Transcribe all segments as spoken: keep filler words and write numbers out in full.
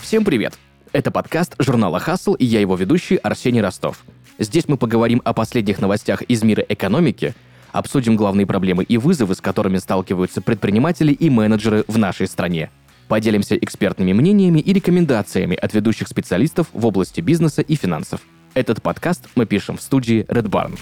Всем привет! Это подкаст журнала Hustle, и я его ведущий Арсений Ростов. Здесь мы поговорим о последних новостях из мира экономики, обсудим главные проблемы и вызовы, с которыми сталкиваются предприниматели и менеджеры в нашей стране. Поделимся экспертными мнениями и рекомендациями от ведущих специалистов в области бизнеса и финансов. Этот подкаст мы пишем в студии Red Barn.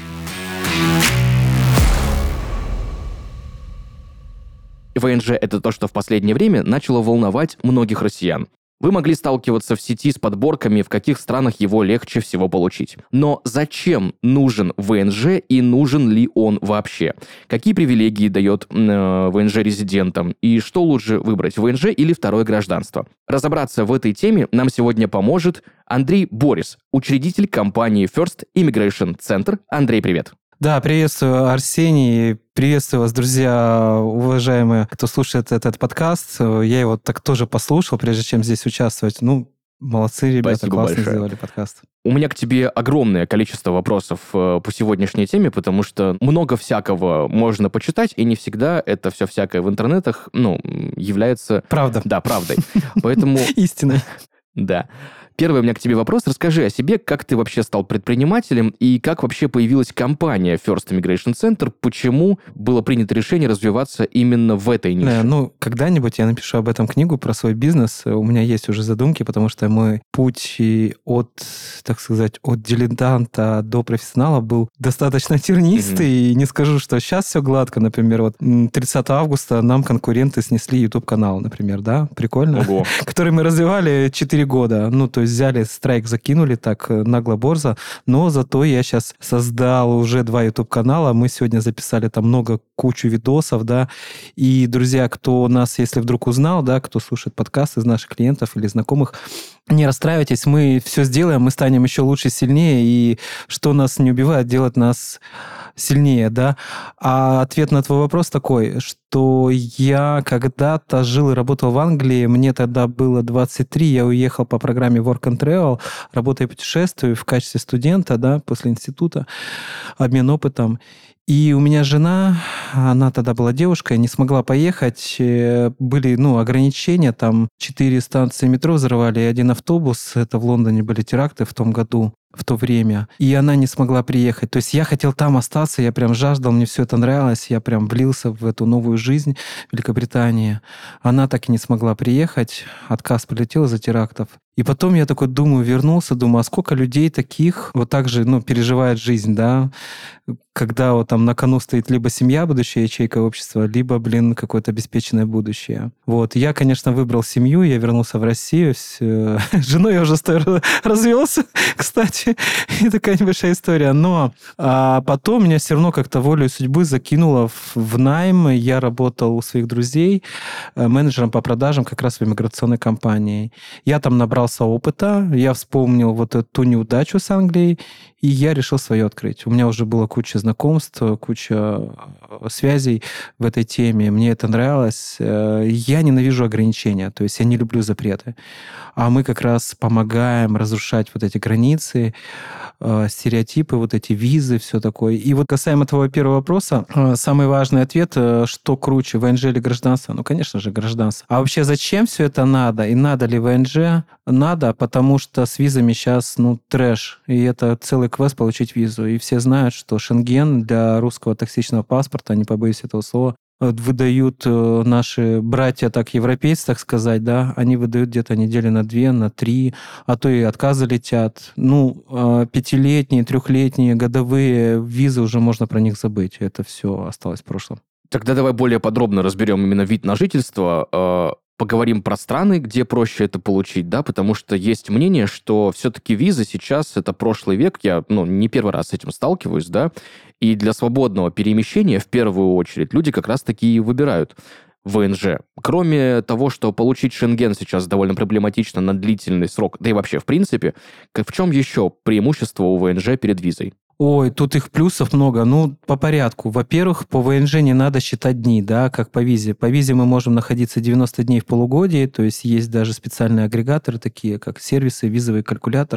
вэ эн жэ — это то, что в последнее время начало волновать многих россиян. Вы могли сталкиваться в сети с подборками, в каких странах его легче всего получить. Но зачем нужен вэ эн жэ и нужен ли он вообще? Какие привилегии дает э, вэ эн жэ резидентам? И что лучше выбрать, вэ эн жэ или второе гражданство? Разобраться в этой теме нам сегодня поможет Андрей Борис, учредитель компании First Immigration Center. Андрей, привет. Да, приветствую, Арсений. Приветствую вас, друзья, уважаемые, кто слушает этот подкаст. Я его так тоже послушал, прежде чем здесь участвовать. Ну, молодцы, ребята, Спасибо классно большое. сделали подкаст. У меня к тебе огромное количество вопросов э, по сегодняшней теме, потому что много всякого можно почитать, и не всегда это все всякое в интернетах, ну, является... Правда. Да, правдой. Поэтому... Истиной. Да. Первый у меня к тебе вопрос. Расскажи о себе, как ты вообще стал предпринимателем и как вообще появилась компания First Immigration Center, почему было принято решение развиваться именно в этой нише? Да, ну, когда-нибудь я напишу об этом книгу про свой бизнес. У меня есть уже задумки, потому что мой путь от, так сказать, от дилетанта до профессионала был достаточно тернистый. Mm-hmm. И не скажу, что сейчас все гладко. Например, вот тридцатого августа нам конкуренты снесли YouTube-канал, например, да? Прикольно. Ого. Который мы развивали четыре года. Ну, то есть взяли страйк, закинули так нагло-борзо, но зато я сейчас создал уже два YouTube-канала, мы сегодня записали там много, кучу видосов, да, и, друзья, кто нас, если вдруг узнал, да, кто слушает подкасты из наших клиентов или знакомых, не расстраивайтесь, мы все сделаем, мы станем еще лучше, сильнее, и что нас не убивает, делает нас сильнее, да. А ответ на твой вопрос такой, что я когда-то жил и работал в Англии, мне тогда было двадцать три, я уехал по программе Work and Travel, работаю и путешествую в качестве студента, да, после института, обмен опытом. И у меня жена, она тогда была девушкой, не смогла поехать. Были, ну, ограничения, там четыре станции метро взрывали и один автобус. Это в Лондоне были теракты в том году, в то время. И она не смогла приехать. То есть я хотел там остаться, я прям жаждал, мне все это нравилось, я прям влился в эту новую жизнь в Великобритании. Она так и не смогла приехать, отказ прилетел из-за терактов. И потом я такой думаю, вернулся, думаю, а сколько людей таких вот так же, ну, переживает жизнь, да, когда вот там на кону стоит либо семья, будущая ячейка общества, либо, блин, какое-то обеспеченное будущее. Вот. Я, конечно, выбрал семью, я вернулся в Россию. С женой я уже развелся, кстати. И такая небольшая история. Но а потом меня все равно как-то волей судьбы закинуло в, в найм. Я работал у своих друзей менеджером по продажам как раз в иммиграционной компании. Я там набрался опыта, я вспомнил вот эту неудачу с Англией, и я решил свое открыть. У меня уже была куча знакомств, куча связей в этой теме. Мне это нравилось. Я ненавижу ограничения, то есть я не люблю запреты. А мы как раз помогаем разрушать вот эти границы, стереотипы, вот эти визы, все такое. И вот касаемо твоего первого вопроса, самый важный ответ, что круче, вэ эн жэ или гражданство? Ну, конечно же, гражданство. А вообще зачем все это надо? И надо ли вэ эн жэ? Надо, потому что с визами сейчас, ну, трэш. И это целый квест получить визу. И все знают, что Шенген для русского токсичного паспорта, не побоюсь этого слова, выдают наши братья, так, европейцы, так сказать, да, они выдают где-то недели на две, на три, а то и отказы летят. Ну, пятилетние, трехлетние, годовые визы, уже можно про них забыть. Это все осталось в прошлом. Тогда давай более подробно разберем именно вид на жительство. Поговорим про страны, где проще это получить, да, потому что есть мнение, что все-таки виза сейчас это прошлый век, я, ну, не первый раз с этим сталкиваюсь, да, и для свободного перемещения в первую очередь люди как раз-таки выбирают вэ эн жэ. Кроме того, что получить Шенген сейчас довольно проблематично на длительный срок, да и вообще, в принципе, в чем еще преимущество у вэ эн жэ перед визой? Ой, тут их плюсов много. Ну, по порядку. Во-первых, по вэ эн жэ не надо считать дни, да, как по визе. По визе мы можем находиться девяносто дней в полугодии, то есть есть даже специальные агрегаторы, такие как сервисы, визовый калькулятор, да.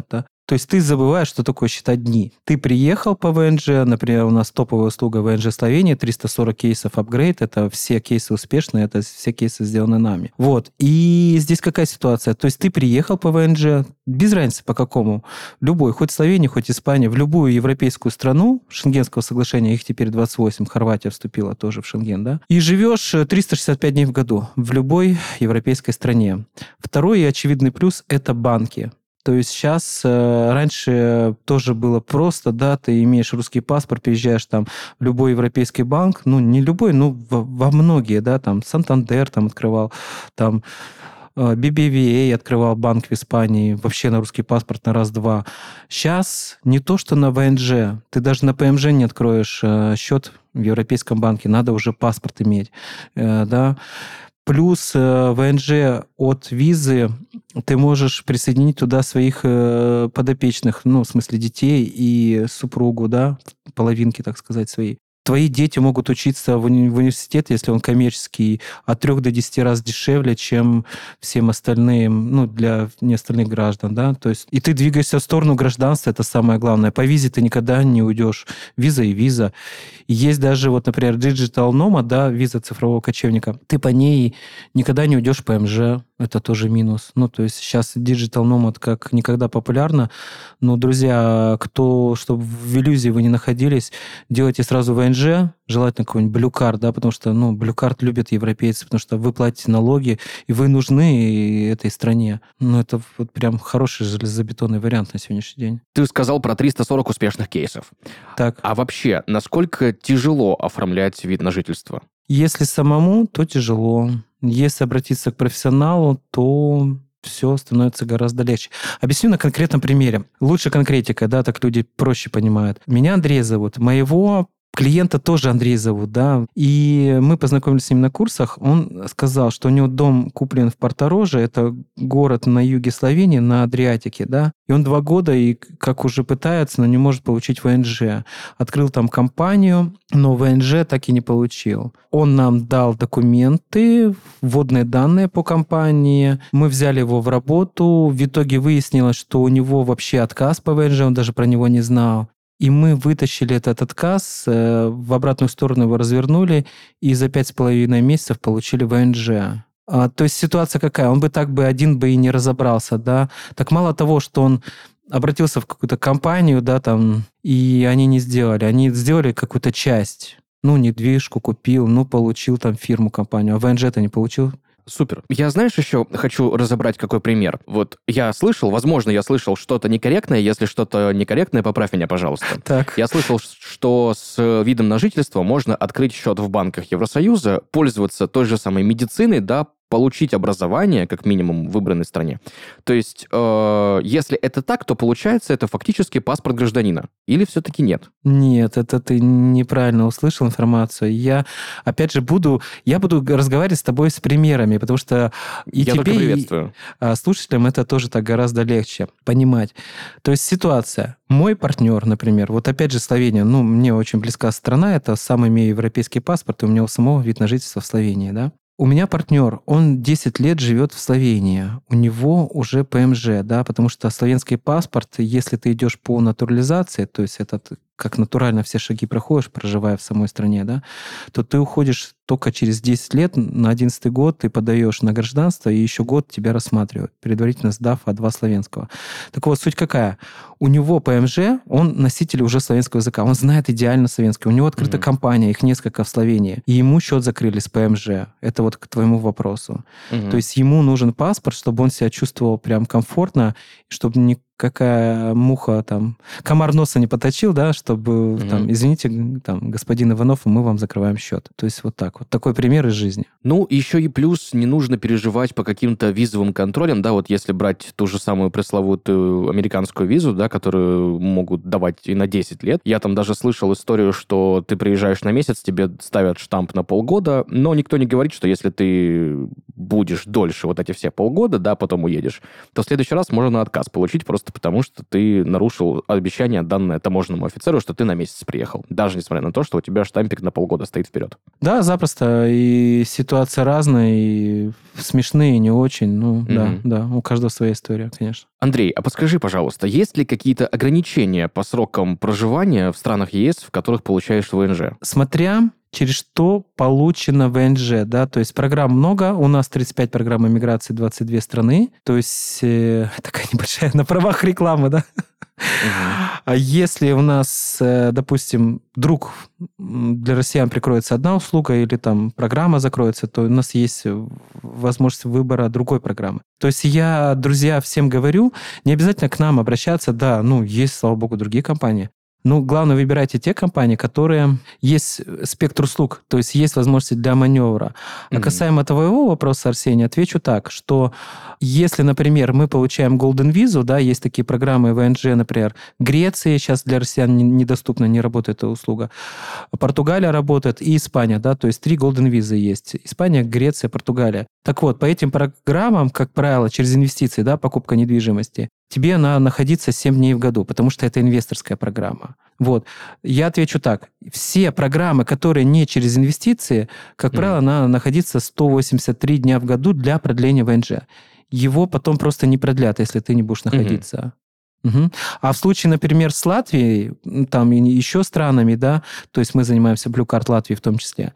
То есть ты забываешь, что такое считать дни. Ты приехал по ВНЖ, например, у нас топовая услуга ВНЖ Словении, триста сорок кейсов апгрейд, это все кейсы успешные, это все кейсы сделаны нами. Вот. И здесь какая ситуация? То есть ты приехал по ВНЖ, без разницы по какому, любой, хоть Словения, хоть Испания, в любую европейскую страну, Шенгенского соглашения, их теперь двадцать восемь, Хорватия вступила тоже в Шенген, да, и живешь триста шестьдесят пять дней в году в любой европейской стране. Второй и очевидный плюс – это банки. То есть сейчас, э, раньше тоже было просто, да, ты имеешь русский паспорт, приезжаешь там в любой европейский банк, ну, не любой, ну, во, во многие, да, там, Сантандер там открывал, там, э, би би ви эй открывал банк в Испании, вообще на русский паспорт на раз-два. Сейчас не то, что на ВНЖ, ты даже на ПМЖ не откроешь э, счет в европейском банке, надо уже паспорт иметь, э, да. Плюс э, ВНЖ от визы ты можешь присоединить туда своих э, подопечных, ну, в смысле детей и супругу, да, половинки, так сказать, свои. Твои дети могут учиться в, уни- в университете, если он коммерческий, от трех до десяти раз дешевле, чем всем остальным, ну, для не остальных граждан, да, то есть и ты двигаешься в сторону гражданства, это самое главное. По визе ты никогда не уйдешь. Виза и виза. И есть даже, вот, например, Digital Nomad, да, виза цифрового кочевника, ты по ней никогда не уйдешь по МЖ, это тоже минус. Ну, то есть сейчас Digital Nomad как никогда популярно, но, друзья, кто, чтобы в иллюзии вы не находились, делайте сразу ВНЖ, желательно какой-нибудь Blue Card, да, потому что, ну, Blue Card любят европейцы, потому что вы платите налоги, и вы нужны этой стране. Ну, это вот прям хороший железобетонный вариант на сегодняшний день. Ты сказал про триста сорок успешных кейсов. Так. А вообще, насколько тяжело оформлять вид на жительство? Если самому, то тяжело. Если обратиться к профессионалу, то все становится гораздо легче. Объясню на конкретном примере. Лучше конкретика, да, так люди проще понимают. Меня Андрей зовут. Моего клиента тоже Андрей зовут, да. И мы познакомились с ним на курсах. Он сказал, что у него дом куплен в Портороже, это город на юге Словении, на Адриатике, да. И он два года, и как уже пытается, но не может получить ВНЖ. Открыл там компанию, но ВНЖ так и не получил. Он нам дал документы, вводные данные по компании. Мы взяли его в работу. В итоге выяснилось, что у него вообще отказ по ВНЖ, он даже про него не знал. И мы вытащили этот отказ, в обратную сторону его развернули, и за пять с половиной месяцев получили ВНЖ. А, то есть ситуация какая? Он бы так бы один бы и не разобрался, да? Так мало того, что он обратился в какую-то компанию, да, там, и они не сделали. Они сделали какую-то часть. Ну, недвижку купил, ну, получил там фирму, компанию. А ВНЖ-то не получил. Супер. Я, знаешь, еще хочу разобрать какой пример. Вот я слышал, возможно, я слышал что-то некорректное. Если что-то некорректное, поправь меня, пожалуйста. Так. Я слышал, что с видом на жительство можно открыть счет в банках Евросоюза, пользоваться той же самой медициной, да, получить образование, как минимум, в выбранной стране. То есть, э, если это так, то получается, это фактически паспорт гражданина. Или все-таки нет? Нет, это ты неправильно услышал информацию. Я, опять же, буду... Я буду разговаривать с тобой с примерами, потому что и Я тебе, приветствую. и слушателям это тоже так гораздо легче понимать. То есть ситуация. Мой партнер, например, вот опять же Словения, ну, мне очень близка страна, это сам имею европейский паспорт, и у меня у самого вид на жительство в Словении, да? У меня партнер, он десять лет живет в Словении, у него уже ПМЖ, да, потому что словенский паспорт, если ты идешь по натурализации, то есть это как натурально все шаги проходишь, проживая в самой стране, да, то ты уходишь только через десять лет, на одиннадцатый год ты подаешь на гражданство, и еще год тебя рассматривают, предварительно сдав А два словенского. Так вот, суть какая? У него ПМЖ, он носитель уже словенского языка, он знает идеально словенский, у него открыта mm-hmm. компания, их несколько в Словении, и ему счет закрыли с ПМЖ. Это вот к твоему вопросу. Mm-hmm. То есть ему нужен паспорт, чтобы он себя чувствовал прям комфортно, чтобы не какая муха там, комар носа не поточил, да, чтобы mm-hmm. там, извините, там, господин Иванов, мы вам закрываем счет. То есть вот так вот. Такой пример из жизни. Ну, еще и плюс не нужно переживать по каким-то визовым контролям, да, вот если брать ту же самую пресловутую американскую визу, да, которую могут давать и на десять лет. Я там даже слышал историю, что ты приезжаешь на месяц, тебе ставят штамп на полгода, но никто не говорит, что если ты будешь дольше вот эти все полгода, да, потом уедешь, то в следующий раз можно отказ получить просто потому, что ты нарушил обещание, данное таможенному офицеру, что ты на месяц приехал, даже несмотря на то, что у тебя штампик на полгода стоит вперед. Да, запросто запросто, и ситуация разная, и смешные, и не очень. Ну, mm-hmm. да, да, у каждого своя история, конечно. Андрей, а подскажи, пожалуйста, есть ли какие-то ограничения по срокам проживания в странах ЕС, в которых получаешь ВНЖ? Смотря через что получено ВНЖ, да, то есть программ много, у нас тридцать пять программ иммиграции, двадцать две страны, то есть э, такая небольшая на правах рекламы, да. Uh-huh. А если у нас, допустим, вдруг для россиян прикроется одна услуга или там программа закроется, то у нас есть возможность выбора другой программы. То есть я, друзья, всем говорю, не обязательно к нам обращаться, да, ну, есть, слава богу, другие компании. Ну, главное, выбирайте те компании, которые есть спектр услуг, то есть есть возможности для маневра. А mm-hmm. касаемо твоего вопроса, Арсений, отвечу так, что если, например, мы получаем Golden Visa, да, есть такие программы ВНЖ, например, Греция, сейчас для россиян недоступна, не работает эта услуга, Португалия работает и Испания, да, то есть три Golden Visa есть. Испания, Греция, Португалия. Так вот, по этим программам, как правило, через инвестиции, да, покупка недвижимости, тебе надо находиться семь дней в году, потому что это инвесторская программа. Вот. Я отвечу так. Все программы, которые не через инвестиции, как mm-hmm. правило, надо находиться сто восемьдесят три дня в году для продления ВНЖ. Его потом просто не продлят, если ты не будешь находиться. Mm-hmm. Угу. А в случае, например, с Латвией, там и еще странами, да, то есть мы занимаемся Blue Card Латвии в том числе,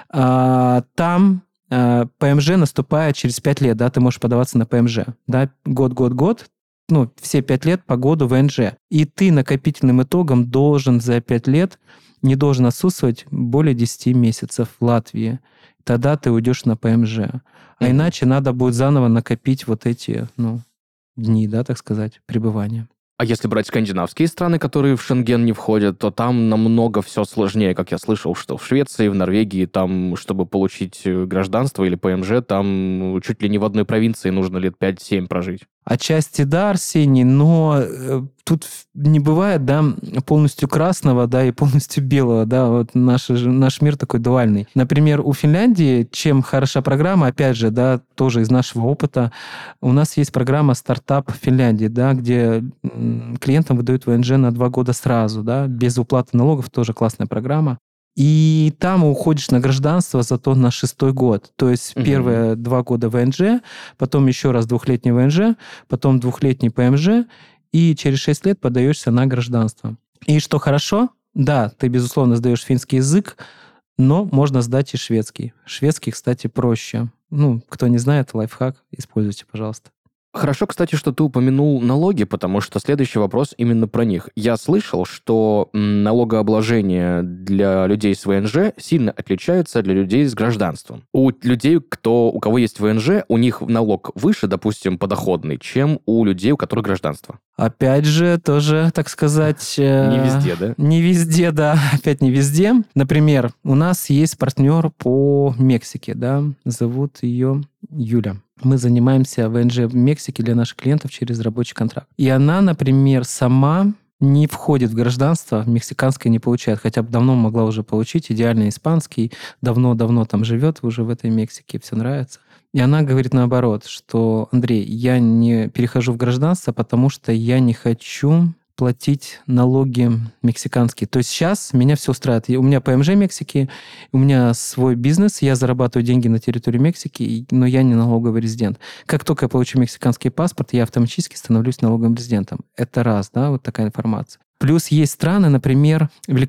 а, там а, ПМЖ наступает через пять лет, да, ты можешь подаваться на ПМЖ, да, год-год-год, ну, все пять лет по году ВНЖ. И ты накопительным итогом должен за пять лет, не должен отсутствовать более десять месяцев в Латвии. Тогда ты уйдешь на ПМЖ. А mm-hmm. иначе надо будет заново накопить вот эти, ну, дни, да, так сказать, пребывания. А если брать скандинавские страны, которые в Шенген не входят, то там намного все сложнее, как я слышал, что в Швеции, в Норвегии, там, чтобы получить гражданство или ПМЖ, там чуть ли не в одной провинции нужно лет пять-семь прожить. Отчасти да, Арсений, но э, тут не бывает, да, полностью красного, да, и полностью белого, да, вот наш, наш мир такой дуальный. Например, у Финляндии, чем хороша программа, опять же, да, тоже из нашего опыта, у нас есть программа «Стартап в Финляндии», да, где клиентам выдают ВНЖ на два года сразу, да, без уплаты налогов, тоже классная программа. И там уходишь на гражданство зато на шестой год. То есть угу. первые два года ВНЖ, потом еще раз двухлетний ВНЖ, потом двухлетний ПМЖ, и через шесть лет подаешься на гражданство. И что хорошо, да, ты, безусловно, сдаешь финский язык, но можно сдать и шведский. Шведский, кстати, проще. Ну, кто не знает, лайфхак, используйте, пожалуйста. Хорошо, кстати, что ты упомянул налоги, потому что следующий вопрос именно про них. Я слышал, что налогообложение для людей с ВНЖ сильно отличается для людей с гражданством. У людей, кто, у кого есть ВНЖ, у них налог выше, допустим, подоходный, чем у людей, у которых гражданство. Опять же, тоже, так сказать... Э, не везде, да? Не везде, да. Опять не везде. Например, у нас есть партнер по Мексике, да, зовут ее Юля. Мы занимаемся ВНЖ в Мексике для наших клиентов через рабочий контракт. И она, например, сама не входит в гражданство, мексиканское не получает, хотя бы давно могла уже получить, идеально испанский, давно-давно там живет уже в этой Мексике, все нравится. И она говорит наоборот, что, Андрей, я не перехожу в гражданство, потому что я не хочу платить налоги мексиканские. То есть сейчас меня все устраивает. У меня ПМЖ Мексики, у меня свой бизнес, я зарабатываю деньги на территории Мексики, но я не налоговый резидент. Как только я получу мексиканский паспорт, я автоматически становлюсь налоговым резидентом. Это раз, да, вот такая информация. Плюс есть страны, например,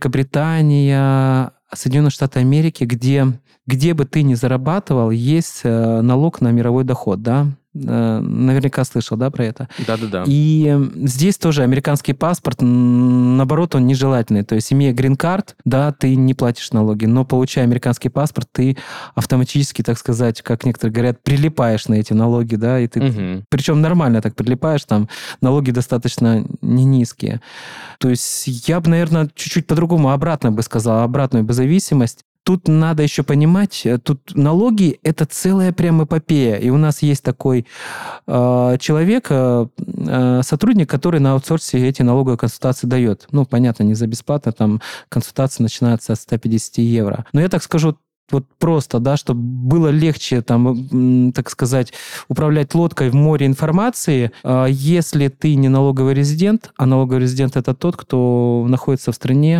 Великобритания, Соединенные Штаты Америки, где, где бы ты ни зарабатывал, есть налог на мировой доход, да, наверняка слышал, да, про это? Да-да-да. И здесь тоже американский паспорт, наоборот, он нежелательный. То есть, имея грин-карт, да, ты не платишь налоги, но получая американский паспорт, ты автоматически, так сказать, как некоторые говорят, прилипаешь на эти налоги, да, и ты, угу. причем нормально так прилипаешь, там налоги достаточно не низкие. То есть, я бы, наверное, чуть-чуть по-другому, обратно бы сказал, обратную бы зависимость. Тут надо еще понимать, тут налоги – это целая прям эпопея. И у нас есть такой э, человек, э, сотрудник, который на аутсорсе эти налоговые консультации дает. Ну, понятно, не за бесплатно, там консультации начинаются от сто пятьдесят евро. Но я так скажу, вот просто, да, чтобы было легче, там, так сказать, управлять лодкой в море информации, э, если ты не налоговый резидент, а налоговый резидент – это тот, кто находится в стране,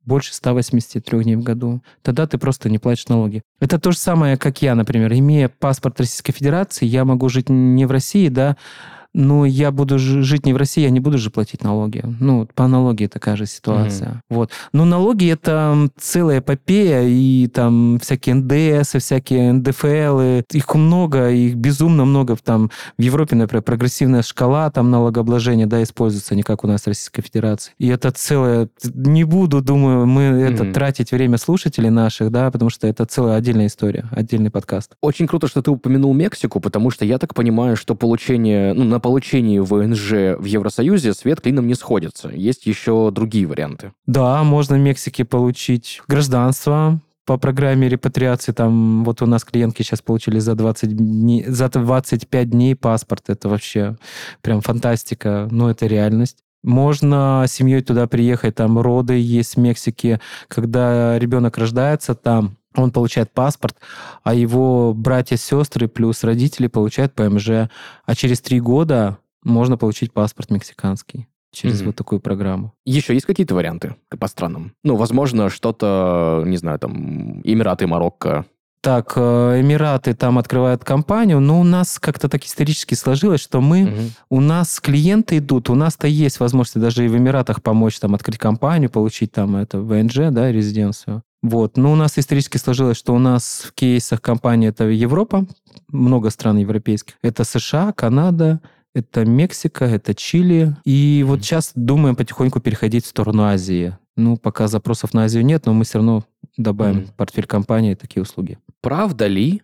больше ста восьмидесяти трёх дней в году, тогда ты просто не платишь налоги. Это то же самое, как я, например. Имея паспорт Российской Федерации, я могу жить не в России, да, но я буду жить не в России, я не буду же платить налоги. Ну, по аналогии такая же ситуация. Mm-hmm. Вот. Но налоги — это целая эпопея, и там всякие эн дэ эс, всякие эн дэ эф эл, их много, их безумно много. Там в Европе, например, прогрессивная шкала там налогообложения, да, используется, не как у нас в Российской Федерации. И это целое... Не буду, думаю, мы mm-hmm. это тратить время слушателей наших, да, потому что это целая отдельная история, отдельный подкаст. Очень круто, что ты упомянул Мексику, потому что я так понимаю, что получение... Ну, на получении вэ эн жэ в Евросоюзе свет клином не сходится. Есть еще другие варианты. Да, можно в Мексике получить гражданство по программе репатриации. Там вот у нас клиентки сейчас получили за двадцать дней, за двадцать пять дней паспорт. Это вообще прям фантастика, но это реальность. Можно семьей туда приехать, там роды есть в Мексике. Когда ребенок рождается там, он получает паспорт, а его братья, сестры плюс родители получают пэ эм жэ. А через три года можно получить паспорт мексиканский через mm-hmm. вот такую программу. Еще есть какие-то варианты по странам? Ну, возможно, что-то, не знаю, там, Эмираты, Марокко. Так, Эмираты там открывают компанию, но у нас как-то так исторически сложилось, что мы, угу. у нас клиенты идут, у нас-то есть возможность даже и в Эмиратах помочь там открыть компанию, получить там это вэ эн жэ, да, резиденцию. Вот. Но у нас исторически сложилось, что у нас в кейсах компании это Европа, много стран европейских. Это США, Канада, это Мексика, это Чили. И вот сейчас думаем потихоньку переходить в сторону Азии. Ну, пока запросов на Азию нет, но мы все равно добавим mm. в портфель компании такие услуги. Правда ли,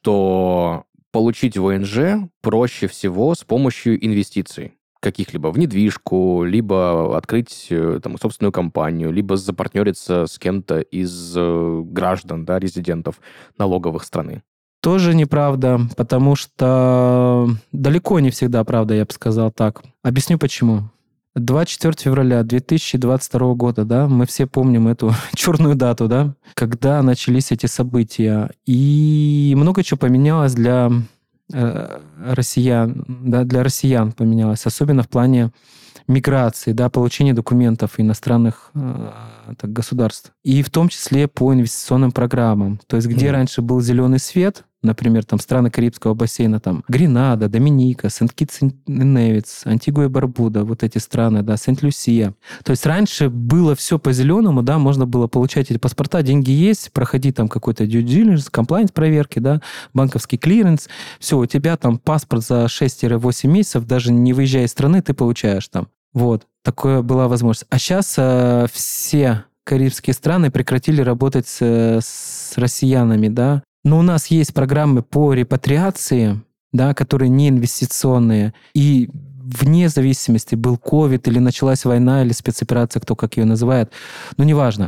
что получить вэ эн жэ проще всего с помощью инвестиций? Каких-либо в недвижку, либо открыть там, собственную компанию, либо запартнериться с кем-то из граждан, да, резидентов налоговых страны? Тоже неправда, потому что далеко не всегда правда, я бы сказал так. Объясню почему. двадцать четвёртого февраля две тысячи двадцать второго года, да, мы все помним эту черную дату, да, когда начались эти события. И много чего поменялось для э, россиян, да, для россиян поменялось, особенно в плане миграции, да, получения документов иностранных э, так, государств. И в том числе по инвестиционным программам. То есть, где mm. раньше был зеленый свет, например, там страны Карибского бассейна, там Гренада, Доминика, Сент-Китс и Невис, Антигуа и Барбуда, вот эти страны, да, Сент-Люсия. То есть раньше было все по-зеленому, да, можно было получать эти паспорта, деньги есть, проходи там какой-то due diligence, compliance проверки, да, банковский клиренс, все, у тебя там паспорт за шесть-восемь месяцев, даже не выезжая из страны, ты получаешь там. Вот, такое была возможность. А сейчас э, все карибские страны прекратили работать с, с россиянами, да. Но у нас есть программы по репатриации, да, которые не инвестиционные. И вне зависимости, был ковид или началась война, или спецоперация, кто как ее называет, ну, неважно.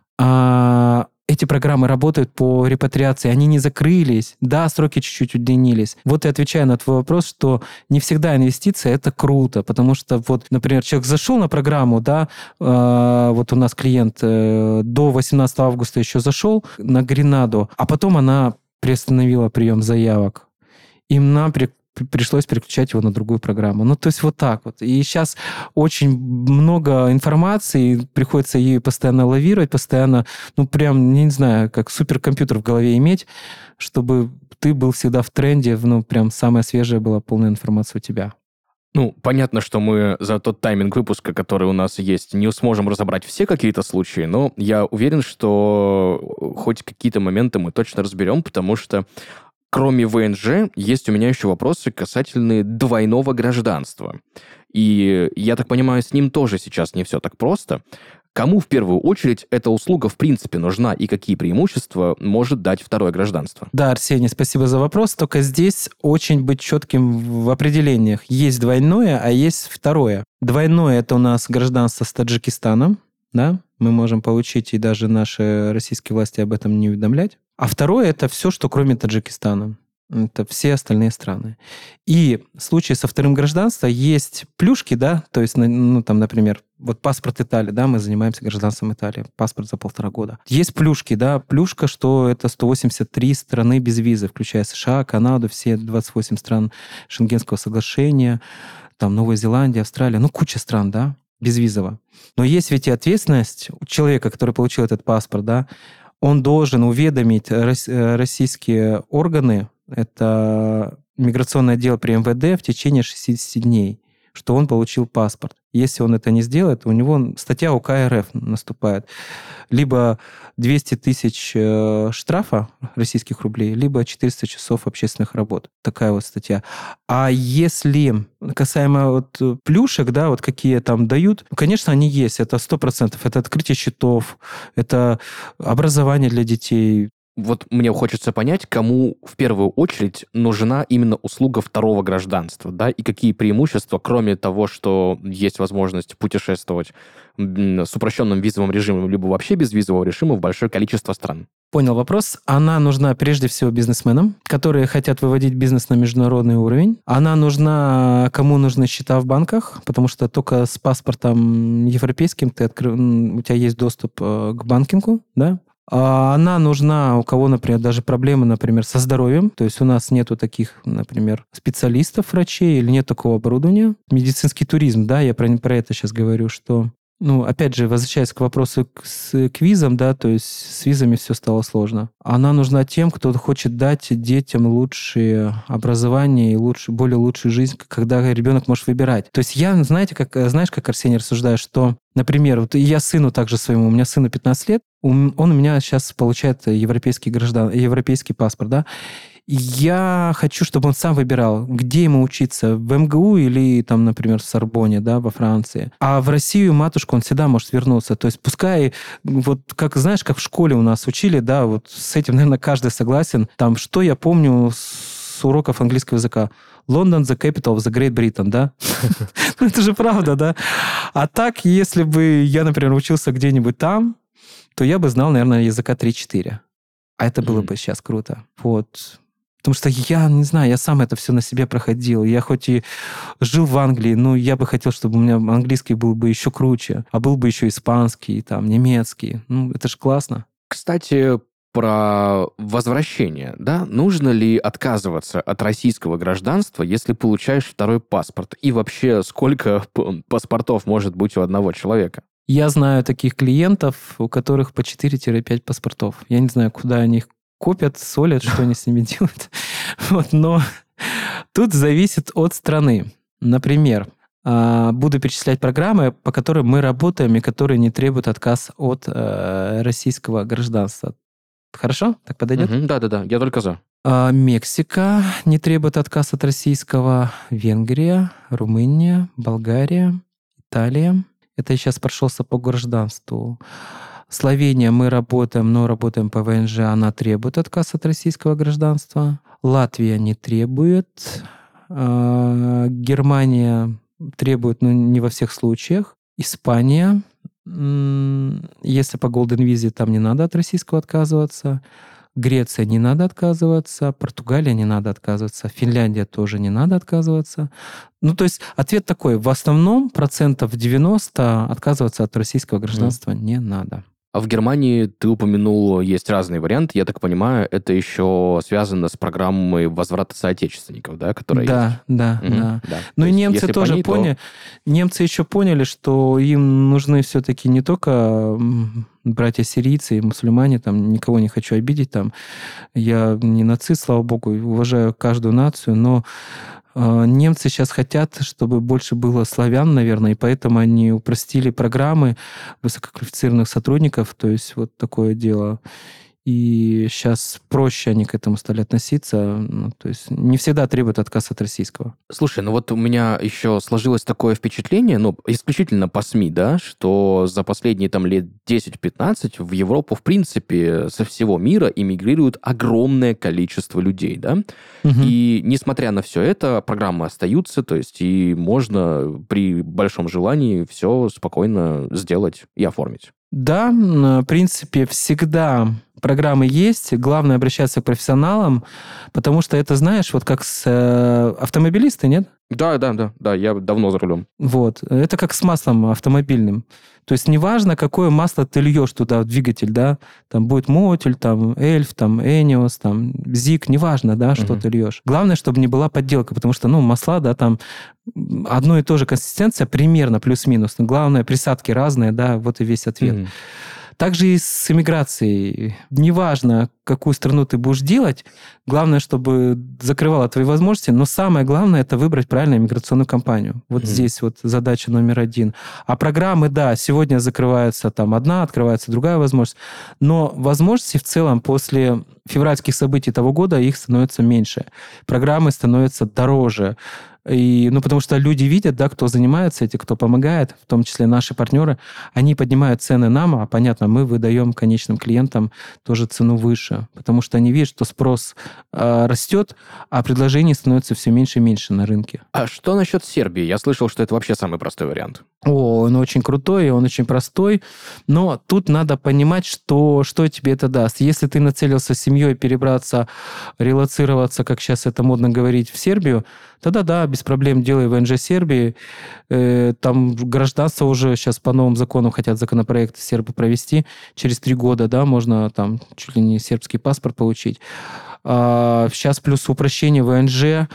А эти программы работают по репатриации, они не закрылись. Да, сроки чуть-чуть удлинились. Вот и отвечаю на твой вопрос, что не всегда инвестиция — это круто, потому что вот, например, человек зашел на программу, да, э, вот у нас клиент э, до восемнадцатого августа еще зашел на Гренаду, а потом она приостановила прием заявок. Им нам при пришлось переключать его на другую программу. Ну, то есть вот так вот. И сейчас очень много информации, приходится ее постоянно лавировать, постоянно, ну, прям, не знаю, как суперкомпьютер в голове иметь, чтобы ты был всегда в тренде, ну, прям самая свежая была полная информация у тебя. Ну, понятно, что мы за тот тайминг выпуска, который у нас есть, не сможем разобрать все какие-то случаи, но я уверен, что хоть какие-то моменты мы точно разберем, потому что кроме вэ эн жэ, есть у меня еще вопросы касательные двойного гражданства. И я так понимаю, с ним тоже сейчас не все так просто. Кому в первую очередь эта услуга в принципе нужна и какие преимущества может дать второе гражданство? Да, Арсений, спасибо за вопрос. Только здесь очень быть четким в определениях. Есть двойное, а есть второе. Двойное — это у нас гражданство с Таджикистаном, да, мы можем получить, и даже наши российские власти об этом не уведомлять. А второе — это все, что кроме Таджикистана. Это все остальные страны. И в случае со вторым гражданством есть плюшки, да, то есть, ну, там, например, вот паспорт Италии, да, мы занимаемся гражданством Италии, паспорт за полтора года. Есть плюшки, да, плюшка, что это сто восемьдесят три страны без визы, включая США, Канаду, все двадцать восемь стран Шенгенского соглашения, там, Новая Зеландия, Австралия, ну, куча стран, да. безвизово. Но есть ведь и ответственность у человека, который получил этот паспорт, да, он должен уведомить российские органы, это миграционный отдел при эм вэ дэ, в течение шестидесяти дней, что он получил паспорт. Если он это не сделает, у него статья УК эр эф наступает. Либо двести тысяч штрафа российских рублей, либо четыреста часов общественных работ. Такая вот статья. А если касаемо вот плюшек, да, вот какие там дают, ну, конечно, они есть. Это сто процентов. Это открытие счетов, это образование для детей. Вот мне хочется понять, кому в первую очередь нужна именно услуга второго гражданства, да, и какие преимущества, кроме того, что есть возможность путешествовать с упрощенным визовым режимом, либо вообще без визового режима в большое количество стран. Понял вопрос. Она нужна прежде всего бизнесменам, которые хотят выводить бизнес на международный уровень. Она нужна, кому нужны счета в банках, потому что только с паспортом европейским ты откры... у тебя есть доступ к банкингу, да? Она нужна у кого, например, даже проблемы, например, со здоровьем. То есть у нас нету таких, например, специалистов, врачей, или нет такого оборудования. Медицинский туризм, да, я про, про это сейчас говорю, что... Ну, опять же, возвращаясь к вопросу к, с, к визам, да, то есть с визами все стало сложно. Она нужна тем, кто хочет дать детям лучшее образование и лучше, более лучшую жизнь, когда ребенок может выбирать. То есть я, знаете, как, знаешь, как Арсений рассуждает, что, например, вот я сыну также своему, у меня сыну пятнадцать лет, он у меня сейчас получает европейский граждан, европейский паспорт, да, я хочу, чтобы он сам выбирал, где ему учиться, в эм гэ у или, там, например, в Сорбонне, да, во Франции. А в Россию матушку он всегда может вернуться. То есть пускай, вот как, знаешь, как в школе у нас учили, да, вот с этим, наверное, каждый согласен. Там, что я помню с уроков английского языка? London, the capital of the Great Britain, да? Ну, это же правда, да? А так, если бы я, например, учился где-нибудь там, то я бы знал, наверное, языка три-четыре. А это было бы сейчас круто. Вот. Потому что я, не знаю, я сам это все на себе проходил. Я хоть и жил в Англии, но я бы хотел, чтобы у меня английский был бы еще круче, а был бы еще испанский, там, немецкий. Ну, это же классно. Кстати, про возвращение, да? Нужно ли отказываться от российского гражданства, если получаешь второй паспорт? И вообще, сколько паспортов может быть у одного человека? Я знаю таких клиентов, у которых по четыре-пять паспортов. Я не знаю, куда они их копят, солят, что они с ними делают. Вот, но тут зависит от страны. Например, буду перечислять программы, по которым мы работаем и которые не требуют отказ от э, российского гражданства. Хорошо? Так подойдет? Угу, да-да-да, я только за. А, Мексика не требует отказ от российского. Венгрия, Румыния, Болгария, Италия. Это я сейчас прошелся по гражданству. Словения мы работаем, но работаем по вэ эн жэ, она требует отказ от российского гражданства. Латвия не требует. Германия требует, но не во всех случаях. Испания, если по Golden Visa, там не надо от российского отказываться. Греция не надо отказываться, Португалия не надо отказываться, Финляндия тоже не надо отказываться. Ну, то есть ответ такой, в основном процентов девяносто отказываться от российского гражданства mm. не надо. А в Германии, ты упомянул, есть разные варианты. Я так понимаю, это еще связано с программой возврата соотечественников, да, которая да, есть? Да, угу, да, да. Ну и немцы ней, тоже то... поняли. Немцы еще поняли, что им нужны все-таки не только братья-сирийцы и мусульмане, там, никого не хочу обидеть, там, я не нацист, слава богу, уважаю каждую нацию, но немцы сейчас хотят, чтобы больше было славян, наверное, и поэтому они упростили программы высококвалифицированных сотрудников, то есть вот такое дело. И сейчас проще они к этому стали относиться. Ну, то есть не всегда требуют отказ от российского. Слушай, ну вот у меня еще сложилось такое впечатление, ну, исключительно по СМИ, да, что за последние там лет десять-пятнадцать в Европу, в принципе, со всего мира эмигрирует огромное количество людей, да. Угу. И несмотря на все это, программы остаются, то есть и можно при большом желании все спокойно сделать и оформить. Да, в принципе, всегда программы есть, главное обращаться к профессионалам, потому что это, знаешь, вот как с э, автомобилисты, нет? Да, да, да, да, я давно за рулем. Вот. Это как с маслом автомобильным. То есть неважно, какое масло ты льешь туда в двигатель, да, там будет Мотуль, там Эльф, там Эниос, там Зик, неважно, да, что uh-huh. ты льешь. Главное, чтобы не была подделка, потому что, ну, масла, да, там одно и то же консистенция, примерно плюс-минус. Но главное, присадки разные, да, вот и весь ответ. Uh-huh. Также и с иммиграцией. Неважно, какую страну ты будешь делать, главное, чтобы закрывала твои возможности, но самое главное, это выбрать правильную иммиграционную компанию. Вот mm-hmm. здесь вот задача номер один. А программы, да, сегодня закрывается там одна, открывается другая возможность, но возможностей в целом после февральских событий того года их становится меньше. Программы становятся дороже. И, ну, потому что люди видят, да, кто занимается этим, кто помогает, в том числе наши партнеры, они поднимают цены нам, а, понятно, мы выдаем конечным клиентам тоже цену выше, потому что они видят, что спрос э, растет, а предложений становится все меньше и меньше на рынке. А что насчет Сербии? Я слышал, что это вообще самый простой вариант. О, он очень крутой, он очень простой, но тут надо понимать, что, что тебе это даст. Если ты нацелился с семьей перебраться, релоцироваться, как сейчас это модно говорить, в Сербию, тогда да, без проблем делай ВНЖ Сербии. Э, там гражданство уже сейчас по новым законам хотят законопроект сербы провести. Через три года, да, можно там чуть ли не сербский паспорт получить. А, сейчас плюс упрощение ВНЖ.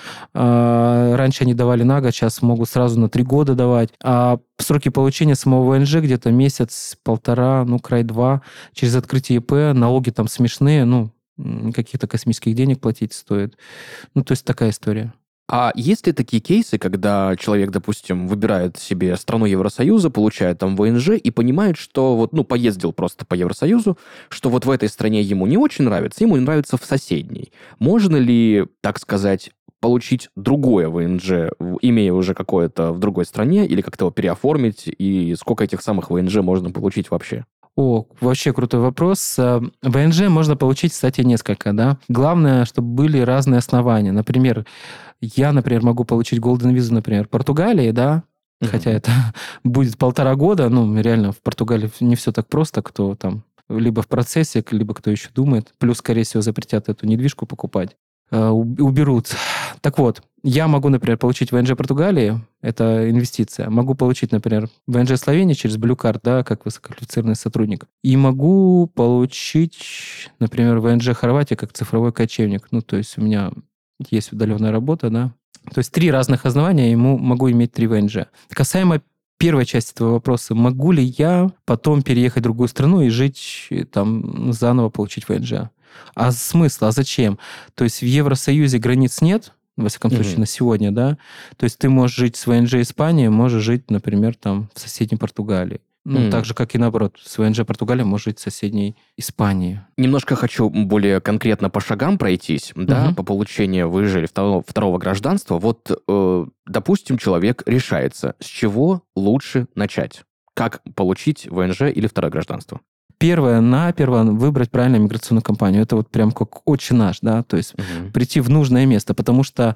А, раньше они давали на год, сейчас могут сразу на три года давать. А сроки получения самого ВНЖ где-то месяц, полтора, ну, край два. Через открытие ИП налоги там смешные, ну, каких-то космических денег платить стоит. Ну, то есть такая история. А есть ли такие кейсы, когда человек, допустим, выбирает себе страну Евросоюза, получает там ВНЖ и понимает, что вот, ну, поездил просто по Евросоюзу, что вот в этой стране ему не очень нравится, ему нравится в соседней. Можно ли, так сказать, получить другое ВНЖ, имея уже какое-то в другой стране, или как-то его переоформить, и сколько этих самых ВНЖ можно получить вообще? О, вообще крутой вопрос. ВНЖ можно получить, кстати, несколько, да. Главное, чтобы были разные основания. Например, я, например, могу получить Golden Visa, например, в Португалии, да, mm-hmm. хотя это будет полтора года, ну, реально, в Португалии не все так просто, кто там либо в процессе, либо кто еще думает. Плюс, скорее всего, запретят эту недвижку покупать. Уберут. Так вот, я могу, например, получить ВНЖ Португалии, это инвестиция. Могу получить, например, ВНЖ Словении через Blue Card, да, как высококвалифицированный сотрудник. И могу получить, например, ВНЖ Хорватии как цифровой кочевник. Ну, то есть у меня есть удаленная работа, да. То есть три разных основания, ему могу иметь три ВНЖ. Касаемо первой части твоего вопроса, могу ли я потом переехать в другую страну и жить там, заново получить ВНЖ? А смысл? А зачем? То есть в Евросоюзе границ нет, во всяком случае, mm-hmm. на сегодня, да? То есть ты можешь жить с ВНЖ Испании, можешь жить, например, там в соседней Португалии. Ну, mm. так же, как и наоборот. С ВНЖ Португалии может жить в соседней Испании. Немножко хочу более конкретно по шагам пройтись, mm-hmm. да, по получению вы жили второго, второго гражданства. Вот, э, допустим, человек решается, с чего лучше начать? Как получить ВНЖ или второе гражданство? Первое, наперво выбрать правильную миграционную компанию. Это вот прям как отче наш, да, то есть uh-huh. прийти в нужное место, потому что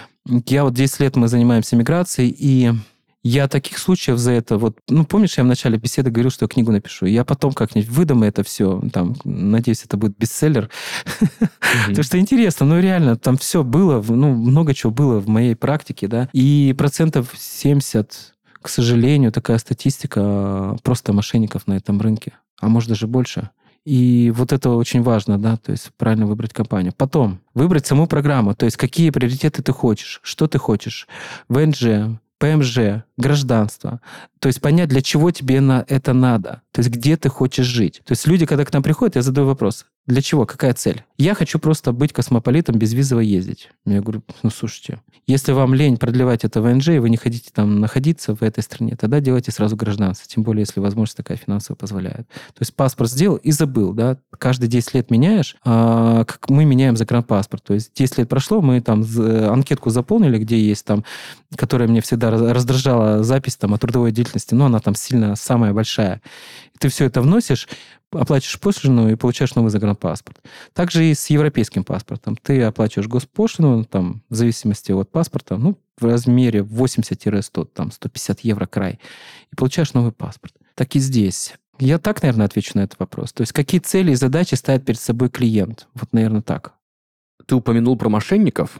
я вот десять лет мы занимаемся миграцией, и я таких случаев за это, вот, ну, помнишь, я в начале беседы говорил, что я книгу напишу, я потом как-нибудь выдам это все, там, надеюсь, это будет бестселлер, потому что интересно, ну, реально, там все было, ну, много чего было в моей практике, да, и процентов семьдесят, к сожалению, такая статистика просто мошенников на этом рынке. А может даже больше. И вот это очень важно, да, то есть правильно выбрать компанию. Потом выбрать саму программу, то есть какие приоритеты ты хочешь, что ты хочешь. ВНЖ, ПМЖ, гражданство. То есть понять, для чего тебе на это надо. То есть где ты хочешь жить. То есть люди, когда к нам приходят, я задаю вопрос. Для чего? Какая цель? Я хочу просто быть космополитом, безвизово ездить. Я говорю, ну, слушайте, если вам лень продлевать это ВНЖ, и вы не хотите там находиться в этой стране, тогда делайте сразу гражданство. Тем более, если возможность такая финансовая позволяет. То есть паспорт сделал и забыл, да. Каждые десять лет меняешь, а, как мы меняем загранпаспорт. То есть десять лет прошло, мы там анкетку заполнили, где есть там, которая мне всегда раздражала запись там о трудовой деятельности, но она там сильно самая большая. И ты все это вносишь, оплачиваешь пошлину и получаешь новый загранпаспорт. Также и с европейским паспортом. Ты оплачиваешь госпошлину, там, в зависимости от паспорта, ну, в размере восемьдесят - сто, там, сто пятьдесят евро край, и получаешь новый паспорт. Так и здесь. Я так, наверное, отвечу на этот вопрос. То есть какие цели и задачи ставит перед собой клиент? Вот, наверное, так. Ты упомянул про мошенников,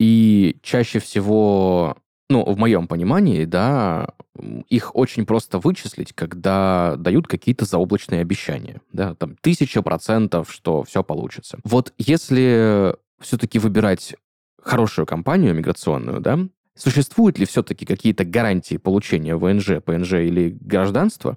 и чаще всего, ну, в моем понимании, да, их очень просто вычислить, когда дают какие-то заоблачные обещания, да, там, тысяча процентов, что все получится. Вот если все-таки выбирать хорошую компанию миграционную, да, существуют ли все-таки какие-то гарантии получения ВНЖ, ПНЖ или гражданства,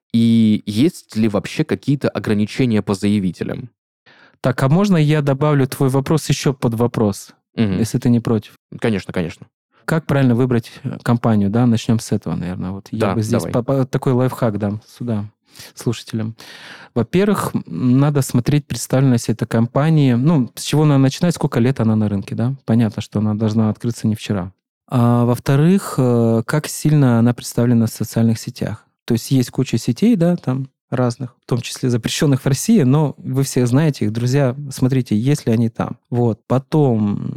и есть ли вообще какие-то ограничения по заявителям? Так, а можно я добавлю твой вопрос еще под вопрос, Угу. если ты не против? Конечно, конечно. Как правильно выбрать компанию, да? Начнем с этого, наверное. Вот Да, я бы здесь давай. по- по- такой лайфхак дам сюда слушателям. Во-первых, надо смотреть представленность этой компании. Ну, с чего надо начинать, сколько лет она на рынке, да? Понятно, что она должна открыться не вчера. А во-вторых, э, как сильно она представлена в социальных сетях. То есть есть куча сетей, да, там разных, в том числе запрещенных в России, но вы все знаете их, друзья, смотрите, есть ли они там. Вот. Потом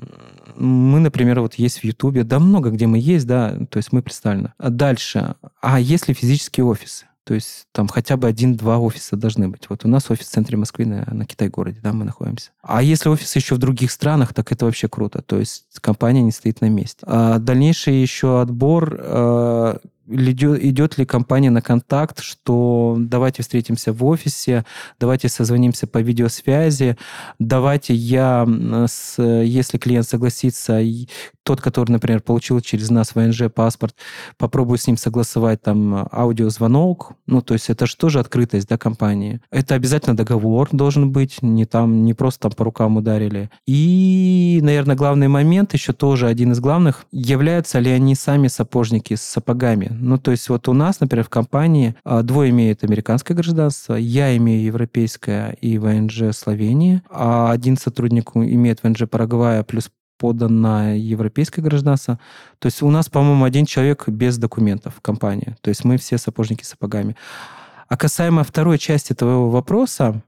мы, например, вот есть в Ютубе, да много где мы есть, да, то есть мы представлены. А дальше, а есть ли физические офисы? То есть там хотя бы один-два офиса должны быть. Вот у нас офис в центре Москвы на, на Китай-городе, да, мы находимся. А если офисы еще в других странах, так это вообще круто. То есть компания не стоит на месте. А дальнейший еще отбор... Э, идет, идет ли компания на контакт, что давайте встретимся в офисе, давайте созвонимся по видеосвязи, давайте я, с, если клиент согласится, тот, который, например, получил через нас ВНЖ паспорт, попробую с ним согласовать там аудиозвонок, ну, то есть это же тоже открытость, да, компании. Это обязательно договор должен быть, не там, не просто там по рукам ударили. И, наверное, главный момент, еще тоже один из главных, являются ли они сами сапожники с сапогами. Ну, то есть вот у нас, например, в компании двое имеют американское гражданство, я имею европейское и ВНЖ Словении, а один сотрудник имеет ВНЖ Парагвая плюс подан на европейское гражданство. То есть у нас, по-моему, один человек без документов в компании. То есть мы все сапожники с сапогами. А касаемо второй части твоего вопроса,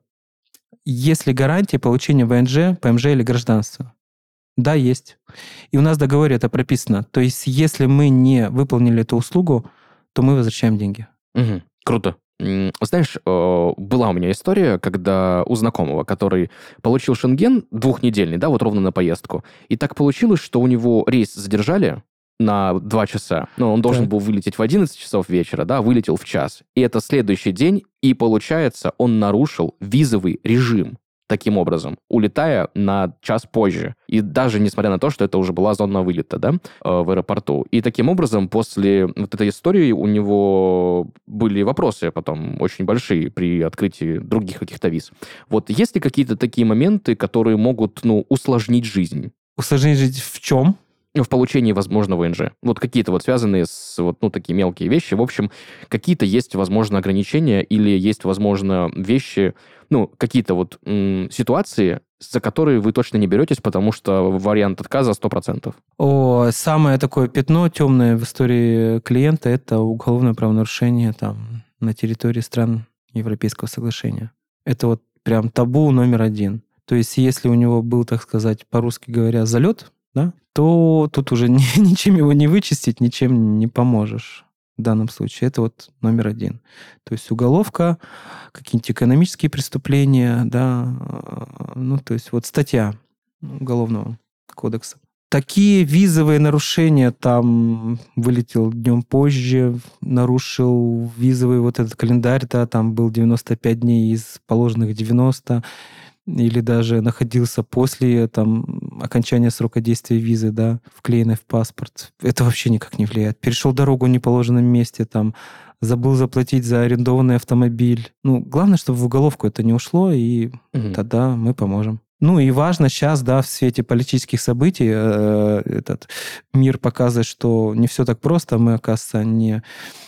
есть ли гарантия получения ВНЖ, ПМЖ или гражданства? Да, есть. И у нас в договоре это прописано. То есть, если мы не выполнили эту услугу, то мы возвращаем деньги. Угу. Круто. Знаешь, была у меня история, когда у знакомого, который получил шенген двухнедельный, да, вот ровно на поездку, и так получилось, что у него рейс задержали на два часа. Ну, он должен Так. был вылететь в одиннадцать часов вечера, да, вылетел в час. И это следующий день, и получается, он нарушил визовый режим. Таким образом, улетая на час позже. И даже несмотря на то, что это уже была зона вылета, да, в аэропорту. И таким образом, после вот этой истории у него были вопросы потом очень большие при открытии других каких-то виз. Вот есть ли какие-то такие моменты, которые могут, ну, усложнить жизнь? Усложнить жизнь в чем? В получении, возможно, ВНЖ. Вот какие-то вот связанные с вот, ну, такие мелкие вещи. В общем, какие-то есть, возможно, ограничения или есть, возможно, вещи, ну, какие-то вот м- ситуации, за которые вы точно не беретесь, потому что вариант отказа сто процентов. О, самое такое пятно темное в истории клиента – это уголовное правонарушение там, на территории стран Европейского соглашения. Это вот прям табу номер один. То есть, если у него был, так сказать, по-русски говоря, залет, да, то тут уже ни, ничем его не вычистить, ничем не поможешь в данном случае. Это вот номер один. То есть уголовка, какие-нибудь экономические преступления, да, ну, то есть вот статья Уголовного кодекса. Такие визовые нарушения, там вылетел днем позже, нарушил визовый вот этот календарь, да, там был девяносто пять дней из положенных девяноста, или даже находился после там, окончания срока действия визы, да, вклеенной в паспорт. Это вообще никак не влияет. Перешел дорогу в неположенном месте, там, забыл заплатить за арендованный автомобиль. Ну, главное, чтобы в уголовку это не ушло, и угу. Тогда мы поможем. Ну и важно сейчас, да, в свете политических событий э, этот мир показывает, что не все так просто. Мы, оказывается, не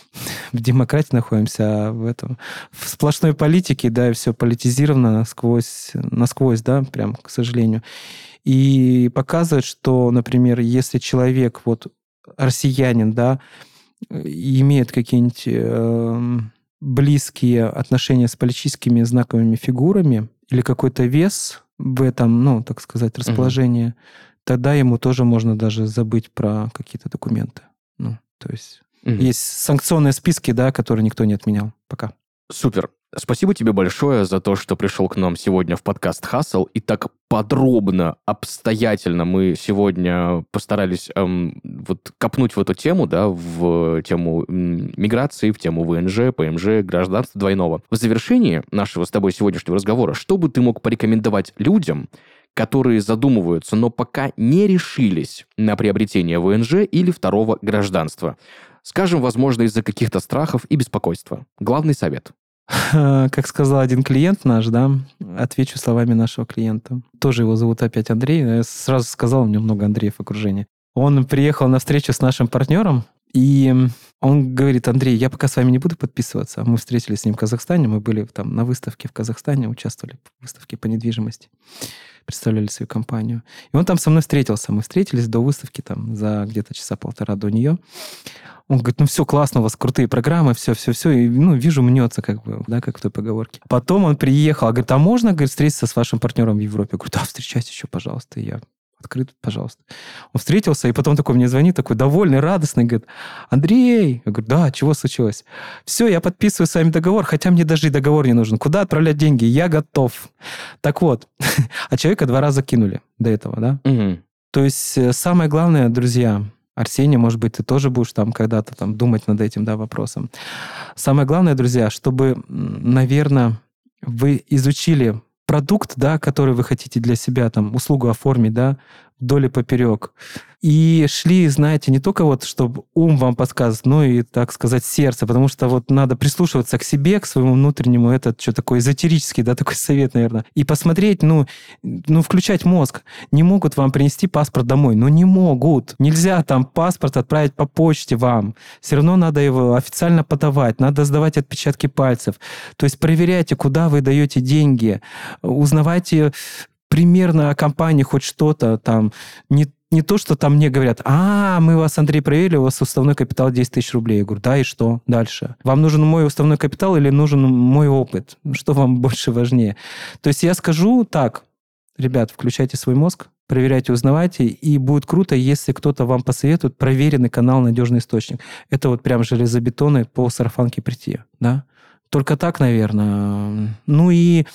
в демократии находимся, а в этом в сплошной политике, да, и все политизировано насквозь, насквозь, да, прям, к сожалению. И показывает, что, например, если человек, вот, россиянин, да, имеет какие-нибудь э, близкие отношения с политическими знаковыми фигурами или какой-то вес в этом, ну, так сказать, расположении, угу. Тогда ему тоже можно даже забыть про какие-то документы. Ну, то есть угу. Есть санкционные списки, да, которые никто не отменял пока. Супер. Спасибо тебе большое за то, что пришел к нам сегодня в подкаст «Хасл», и так подробно, обстоятельно мы сегодня постарались эм, вот копнуть в эту тему, да, в тему м, миграции, в тему ВНЖ, ПМЖ, гражданства двойного. В завершении нашего с тобой сегодняшнего разговора, что бы ты мог порекомендовать людям, которые задумываются, но пока не решились на приобретение ВНЖ или второго гражданства? Скажем, возможно, из-за каких-то страхов и беспокойства. Главный совет. Как сказал один клиент наш, да, отвечу словами нашего клиента. Тоже его зовут опять Андрей. Я сразу сказал, у него много Андреев в окружении. Он приехал на встречу с нашим партнером, и он говорит: Андрей, я пока с вами не буду подписываться. Мы встретились с ним в Казахстане, мы были там на выставке в Казахстане, участвовали в выставке по недвижимости, представляли свою компанию. И он там со мной встретился. Мы встретились до выставки там за где-то часа полтора до нее. Он говорит: ну все, классно, у вас крутые программы, все-все-все. И, ну, вижу, мнется, как бы, да, как в той поговорке. Потом он приехал, говорит: а можно, говорит, встретиться с вашим партнером в Европе? Я говорю: да, встречайте еще, пожалуйста. И я: открыт, пожалуйста. Он встретился, и потом такой мне звонит, такой довольный, радостный, говорит: Андрей! Я говорю: да, чего случилось? Все, я подписываю с вами договор, хотя мне даже и договор не нужен. Куда отправлять деньги? Я готов. Так вот, а человека два раза кинули до этого, да? Угу. То есть самое главное, друзья, Арсений, может быть, ты тоже будешь там когда-то там думать над этим, да, вопросом. Самое главное, друзья, чтобы, наверное, вы изучили продукт, да, который вы хотите для себя, там, услугу оформить, да, вдоль и поперек. И шли, знаете, не только вот, чтобы ум вам подсказывает, но и, так сказать, сердце, потому что вот надо прислушиваться к себе, к своему внутреннему, это что такое эзотерический, да, такой совет, наверное, и посмотреть, ну, ну, включать мозг. Не могут вам принести паспорт домой, ну, не могут. Нельзя там паспорт отправить по почте вам. Все равно надо его официально подавать, надо сдавать отпечатки пальцев. То есть проверяйте, куда вы даете деньги, узнавайте примерно о компании хоть что-то там, не Не то, что там мне говорят: а, мы вас, Андрей, проверили, у вас уставной капитал десять тысяч рублей. Я говорю: да, и что дальше? Вам нужен мой уставной капитал или нужен мой опыт? Что вам больше важнее? То есть я скажу так: ребят, включайте свой мозг, проверяйте, узнавайте, и будет круто, если кто-то вам посоветует проверенный канал, надежный источник. Это вот прям железобетонный по сарафанке прийти, да? Только так, наверное. Ну и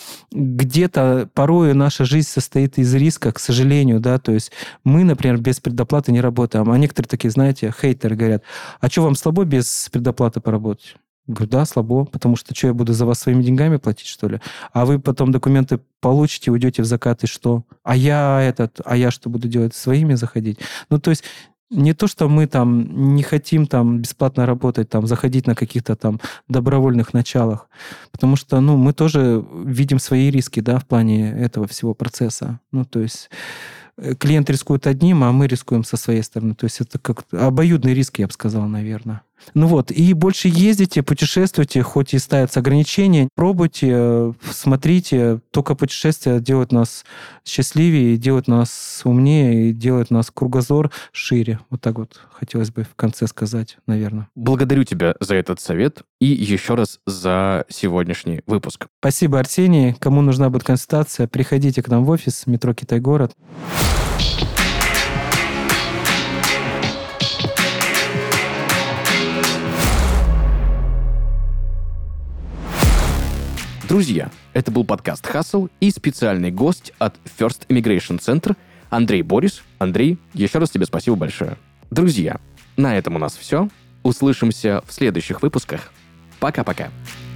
где-то порой наша жизнь состоит из риска, к сожалению, да, то есть мы, например, без предоплаты не работаем, а некоторые такие, знаете, хейтеры говорят: а что, вам слабо без предоплаты поработать? Я говорю: да, слабо, потому что что, я буду за вас своими деньгами платить, что ли? А вы потом документы получите, уйдете в закат, и что? А я этот, а я что буду делать? Своими заходить? Ну, то есть не то, что мы там не хотим там бесплатно работать, там заходить на каких-то там добровольных началах, потому что, ну, мы тоже видим свои риски, да, в плане этого всего процесса. Ну, то есть клиент рискует одним, а мы рискуем со своей стороны. То есть это как обоюдный риск, я бы сказал, наверное. Ну вот, и больше ездите, путешествуйте, хоть и ставятся ограничения, пробуйте, смотрите. Только путешествия делают нас счастливее, делают нас умнее, и делают нас кругозор шире. Вот так вот хотелось бы в конце сказать, наверное. Благодарю тебя за этот совет и еще раз за сегодняшний выпуск. Спасибо, Арсений. Кому нужна будет консультация, приходите к нам в офис, метро Китай-город. Друзья, это был подкаст «Хасл» и специальный гость от First Immigration Center Андрей Борис. Андрей, еще раз тебе спасибо большое. Друзья, на этом у нас все. Услышимся в следующих выпусках. Пока-пока.